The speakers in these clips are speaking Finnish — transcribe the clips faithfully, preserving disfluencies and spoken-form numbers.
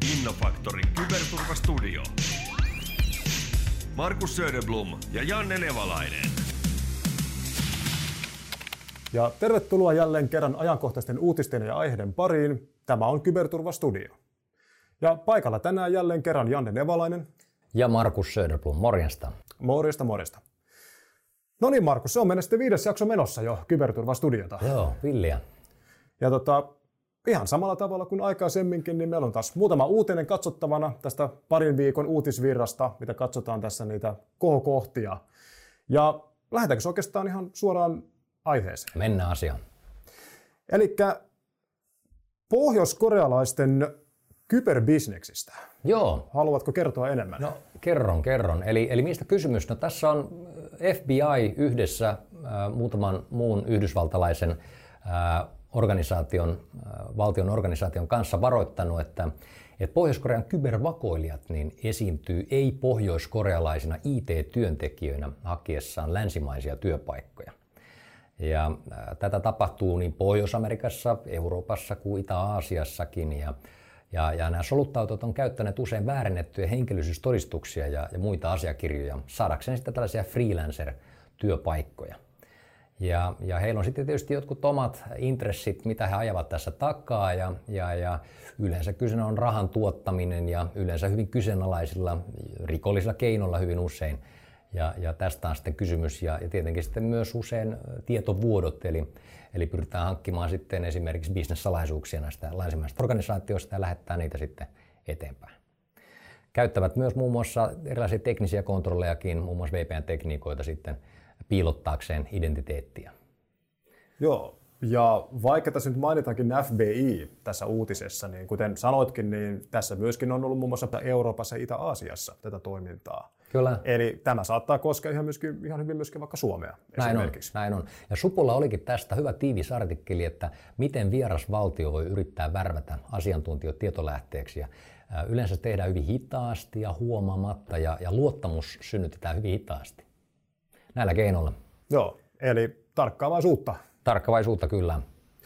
Innofaktorin Kyberturvastudio. Markus Söderblom ja Janne Nevalainen. Ja tervetuloa jälleen kerran ajankohtaisten uutisten ja aiheiden pariin. Tämä on Kyberturvastudio. Ja paikalla tänään jälleen kerran Janne Nevalainen. Ja Markus Söderblom, morjesta. Morjesta, morjesta. No niin Markus, se on meidän sitten viides jakso menossa jo Kyberturvastudiota. Joo, villiä. Ja tota, ihan samalla tavalla kuin aikaisemminkin, niin meillä on taas muutama uutinen katsottavana tästä parin viikon uutisvirrasta, mitä katsotaan tässä niitä kohokohtia. Ja lähdetäänkö oikeastaan ihan suoraan aiheeseen? Mennään asiaan. Elikkä pohjoiskorealaisten kyberbisneksistä. Joo. Haluatko kertoa enemmän? No, kerron, kerron. Eli, eli mistä kysymys? No, tässä on F B I yhdessä äh, muutaman muun yhdysvaltalaisen äh, organisaation, äh, valtion organisaation kanssa varoittanut, että, että Pohjois-Korean kybervakoilijat niin esiintyy ei-pohjoiskorealaisina I T-työntekijöinä hakiessaan länsimaisia työpaikkoja. Ja äh, tätä tapahtuu niin Pohjois-Amerikassa, Euroopassa kuin Itä-Aasiassakin. Ja, ja, ja nämä soluttautot on käyttäneet usein väärennettyjä henkilöllisyystodistuksia ja, ja muita asiakirjoja saadakseen sitten tällaisia freelancer-työpaikkoja. Ja, ja heillä on sitten tietysti jotkut omat intressit, mitä he ajavat tässä takaa. Ja, ja, ja yleensä kyse on rahan tuottaminen ja yleensä hyvin kyseenalaisilla rikollisilla keinoilla hyvin usein. Ja, ja tästä on sitten kysymys ja, ja tietenkin sitten myös usein tietovuodot, eli, eli pyritään hankkimaan sitten esimerkiksi bisnessalaisuuksia näistä länsimaisista organisaatioista ja lähettää niitä sitten eteenpäin. Käyttävät myös muun muassa erilaisia teknisiä kontrollejakin, muun muassa V P N-tekniikoita sitten piilottaakseen identiteettiä. Joo, ja vaikka tässä nyt mainitaankin F B I tässä uutisessa, niin kuten sanoitkin, niin tässä myöskin on ollut muun muassa Euroopassa ja Itä-Aasiassa tätä toimintaa. Kyllä. Eli tämä saattaa koskea ihan, myöskin, ihan hyvin myöskin vaikka Suomea näin esimerkiksi. On, näin on. Ja Supolla olikin tästä hyvä tiivis artikkeli, että miten vieras valtio voi yrittää värvätä asiantuntijat tietolähteeksi. Ja yleensä tehdään hyvin hitaasti ja huomaamatta ja, ja luottamus synnytetään hyvin hitaasti. Näillä keinoilla. Joo, eli tarkkaavaisuutta. Tarkkaavaisuutta kyllä.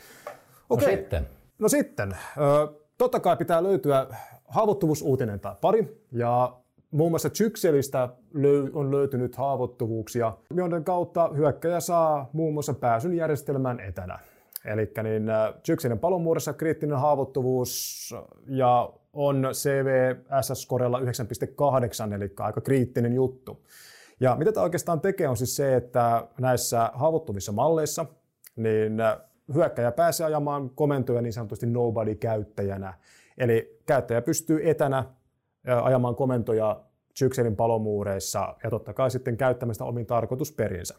Okei. No sitten. No sitten. Totta kai pitää löytyä haavoittuvuusuutinen tai pari. Ja muun muassa Zyxelistä on löytynyt haavoittuvuuksia, joiden kautta hyökkäjä saa muun muassa pääsyn järjestelmään etänä. Eli niin Zyxelin palomuodossa kriittinen haavoittuvuus ja on C V S-skorella yhdeksän pilkku kahdeksan, eli aika kriittinen juttu. Ja mitä tämä oikeastaan tekee on siis se, että näissä haavoittuvissa malleissa niin hyökkäjä pääsee ajamaan komentoja niin sanotusti nobody-käyttäjänä. Eli käyttäjä pystyy etänä ajamaan komentoja Zyxelin palomuureissa ja totta kai sitten käyttämästä omiin tarkoitusperinsä.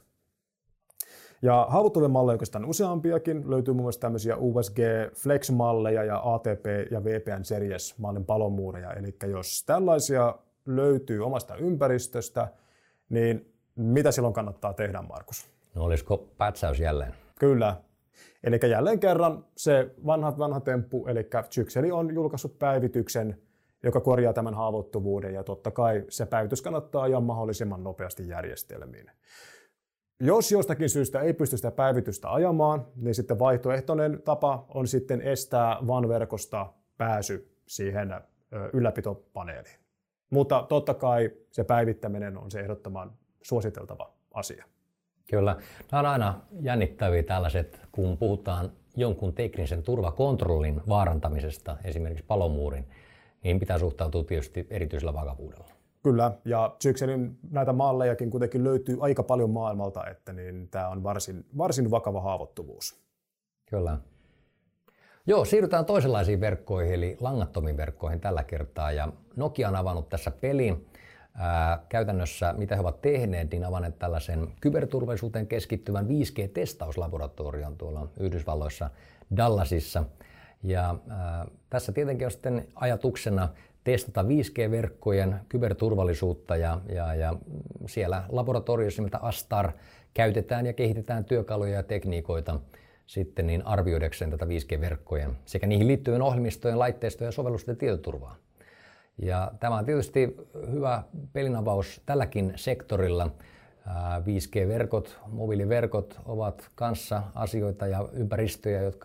Ja haavoittuvia malleja oikeastaan useampiakin. Löytyy muun muassa tämmöisiä U S G Flex-malleja ja A T P ja V P N Series-mallin palomuureja. Eli jos tällaisia löytyy omasta ympäristöstä, niin mitä silloin kannattaa tehdä, Markus? No olisiko pätsäys jälleen? Kyllä. Eli jälleen kerran se vanha, vanha temppu, eli Zyxel on julkaissut päivityksen, joka korjaa tämän haavoittuvuuden, ja totta kai se päivitys kannattaa ajaa mahdollisimman nopeasti järjestelmiin. Jos jostakin syystä ei pysty sitä päivitystä ajamaan, niin sitten vaihtoehtoinen tapa on sitten estää V A N-verkosta pääsy siihen ylläpitopaneeliin. Mutta totta kai se päivittäminen on se ehdottoman suositeltava asia. Kyllä. Nämä on aina jännittäviä tällaiset, kun puhutaan jonkun teknisen turvakontrollin vaarantamisesta, esimerkiksi palomuurin, niin pitää suhtautua tietysti erityisellä vakavuudella. Kyllä, ja Zyxelin näitä mallejakin kuitenkin löytyy aika paljon maailmalta, että niin tämä on varsin, varsin vakava haavoittuvuus. Kyllä. Joo, siirrytään toisenlaisiin verkkoihin, eli langattomiin verkkoihin tällä kertaa. Ja Nokia on avannut tässä pelin. Ää, käytännössä, mitä he ovat tehneet, niin avanneet tällaisen kyberturvallisuuteen keskittyvän viisi G-testauslaboratorion tuolla Yhdysvalloissa Dallasissa. Ja ää, tässä tietenkin on sitten ajatuksena testata viisi G-verkkojen kyberturvallisuutta ja, ja, ja siellä laboratoriossa, mitä Astar, käytetään ja kehitetään työkaluja ja tekniikoita sitten niin arvioidakseen tätä viisi G-verkkojen sekä niihin liittyvien ohjelmistojen, laitteistojen ja sovellusten tietoturvaa. Ja tämä on tietysti hyvä pelinavaus tälläkin sektorilla. viisi G-verkot, mobiiliverkot ovat kanssa asioita ja ympäristöjä, jotka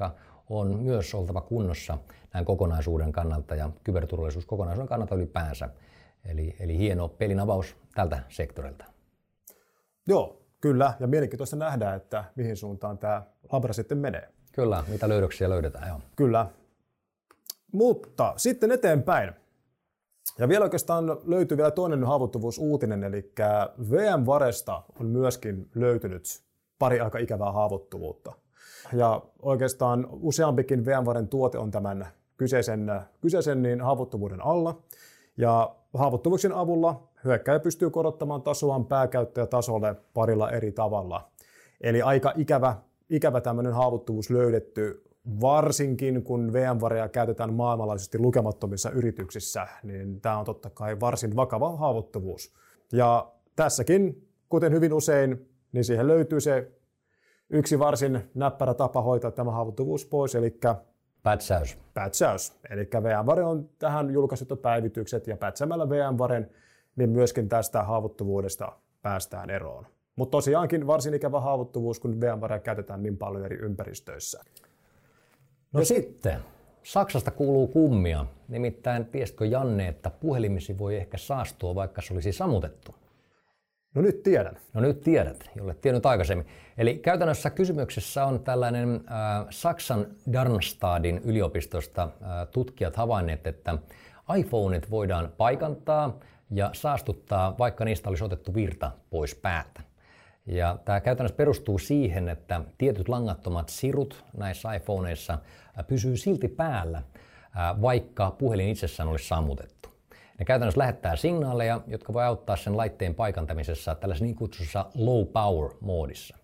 on myös oltava kunnossa näin kokonaisuuden kannalta ja kyberturvallisuuskokonaisuuden kannalta ylipäänsä. Eli, eli hieno pelin avaus tältä sektorilta. Joo, kyllä. Ja mielenkiintoista nähdä, että mihin suuntaan tämä labra sitten menee. Kyllä, mitä löydöksiä löydetään. Joo. Kyllä. Mutta sitten eteenpäin. Ja vielä oikeastaan löytyy vielä toinen haavoittuvuusuutinen, eli VMwaresta on myöskin löytynyt pari aika ikävää haavoittuvuutta. Ja oikeastaan useampikin VMwaren tuote on tämän kyseisen, kyseisen niin haavoittuvuuden alla. Ja haavoittuvuuksien avulla hyökkääjä pystyy korottamaan tasoaan pääkäyttäjätasolle parilla eri tavalla. Eli aika ikävä, ikävä tämmöinen haavoittuvuus löydetty, varsinkin kun VMwarea käytetään maailmanlaajuisesti lukemattomissa yrityksissä, niin tämä on totta kai varsin vakava haavoittuvuus. Ja tässäkin, kuten hyvin usein, niin siihen löytyy se yksi varsin näppärä tapa hoitaa tämä haavoittuvuus pois, eli Pätsäys. Pätsäys. Eli VMware on tähän julkaisut päivitykset ja pätsämällä VMwaren, niin myöskin tästä haavoittuvuudesta päästään eroon. Mutta tosiaankin varsin ikävä haavoittuvuus, kun VMwarea käytetään niin paljon eri ympäristöissä. No ja sitten, Saksasta kuuluu kummia. Nimittäin tiesitkö Janne, että puhelimisi voi ehkä saastua, vaikka se olisi sammutettu? No nyt tiedän. No nyt tiedät, jolle tiennyt aikaisemmin. Eli käytännössä kysymyksessä on tällainen äh, Saksan Darmstadtin yliopistosta äh, tutkijat havainneet, että iPhoneit voidaan paikantaa ja saastuttaa, vaikka niistä olisi otettu virta pois päältä. Ja tämä käytännössä perustuu siihen, että tietyt langattomat sirut näissä iPhoneissa äh, pysyy silti päällä, äh, vaikka puhelin itsessään olisi sammutettu. Ne käytännössä lähettää signaaleja, jotka voi auttaa sen laitteen paikantamisessa tällaisessa niin kutsussa low power moodissa.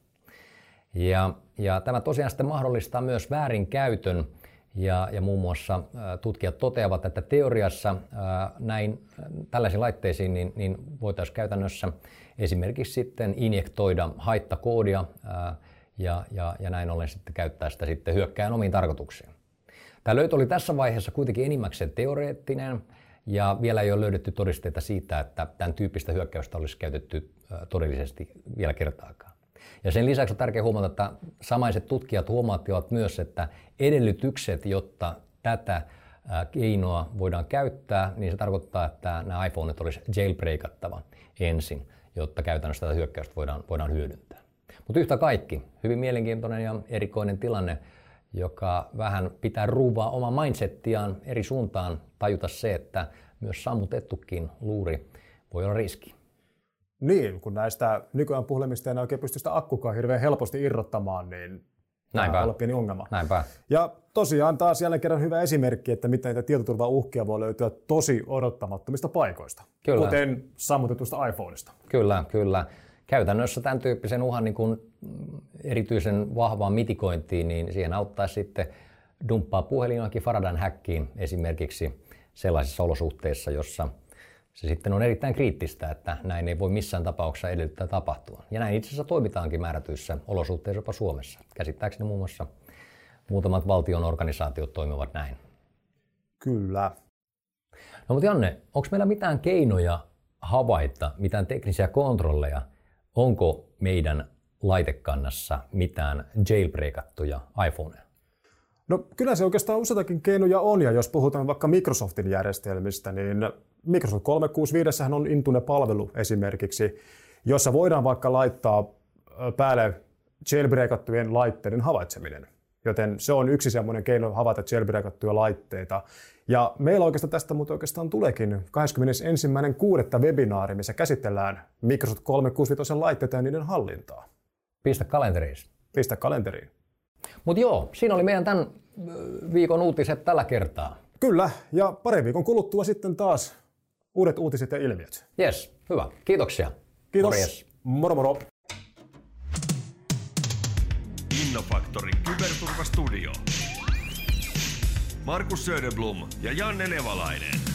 Ja, ja tämä tosiaan sitten mahdollistaa myös väärinkäytön ja, ja muun muassa ä, tutkijat toteavat, että teoriassa ä, näin tällaisiin laitteisiin niin, niin voitaisiin käytännössä esimerkiksi sitten injektoida haittakoodia ä, ja, ja, ja näin ollen sitten käyttää sitä sitten hyökkääjän omiin tarkoituksiin. Tämä löytö oli tässä vaiheessa kuitenkin enimmäkseen teoreettinen. Ja vielä ei ole löydetty todisteita siitä, että tämän tyyppistä hyökkäystä olisi käytetty todellisesti vielä kertaakaan. Ja sen lisäksi on tärkeää huomata, että samaiset tutkijat huomaattivat myös, että edellytykset, jotta tätä keinoa voidaan käyttää, niin se tarkoittaa, että nämä iPhoneit olisi jailbreakattava ensin, jotta käytännössä tätä hyökkäystä voidaan, voidaan hyödyntää. Mutta yhtä kaikki, hyvin mielenkiintoinen ja erikoinen tilanne, joka vähän pitää ruuvaa oma mindsettiaan eri suuntaan, tajuta se, että myös sammutettukin luuri voi olla riski. Niin, kun näistä nykyään puhelimista ei oikein pysty sitä akkukaan hirveän helposti irrottamaan, niin näinpä voi olla pieni ongelma. Näinpä. Ja tosiaan taas jälleen kerran hyvä esimerkki, että miten näitä tietoturvauhkia voi löytyä tosi odottamattomista paikoista, kyllä, kuten sammutetusta iPhoneista. Kyllä, kyllä. Käytännössä tämän tyyppisen uhan niin kuin erityisen vahvaan mitikointiin, niin siihen auttaa sitten dumppaa puhelin johonkin Faradan häkkiin esimerkiksi sellaisissa olosuhteissa, jossa se sitten on erittäin kriittistä, että näin ei voi missään tapauksessa edellyttää tapahtua. Ja näin itse asiassa toimitaankin määrätyissä olosuhteissa jopa Suomessa. Käsittääkseni muun muassa muutamat valtion organisaatiot toimivat näin. Kyllä. No mutta Janne, onko meillä mitään keinoja havaita, mitään teknisiä kontrolleja, onko meidän laitekannassa mitään jailbreakattuja iPhoneja? No kyllä se oikeastaan useitakin keinoja on, ja jos puhutaan vaikka Microsoftin järjestelmistä, niin Microsoft kolmesataakuusikymmentäviisi on Intune-palvelu esimerkiksi, jossa voidaan vaikka laittaa päälle jailbreakattujen laitteiden havaitseminen. Joten se on yksi semmoinen keino havaita jailbreakattuja laitteita. Ja meillä oikeastaan tästä mutta oikeastaan tuleekin kahdeskymmenesensimmäinen kuudetta webinaari, missä käsitellään Microsoft kolmesataakuusikymmentäviisi laitteita ja niiden hallintaa. Pistä kalenteriin. Pistä kalenteriin. Mutta joo, siinä oli meidän tämän viikon uutiset tällä kertaa. Kyllä, ja parin viikon kuluttua sitten taas uudet uutiset ja ilmiöt. Jes, hyvä. Kiitoksia. Kiitos. Morjes. Moro moro. Innofaktorin Kyberturvastudio. Markus Söderblom ja Janne Nevalainen.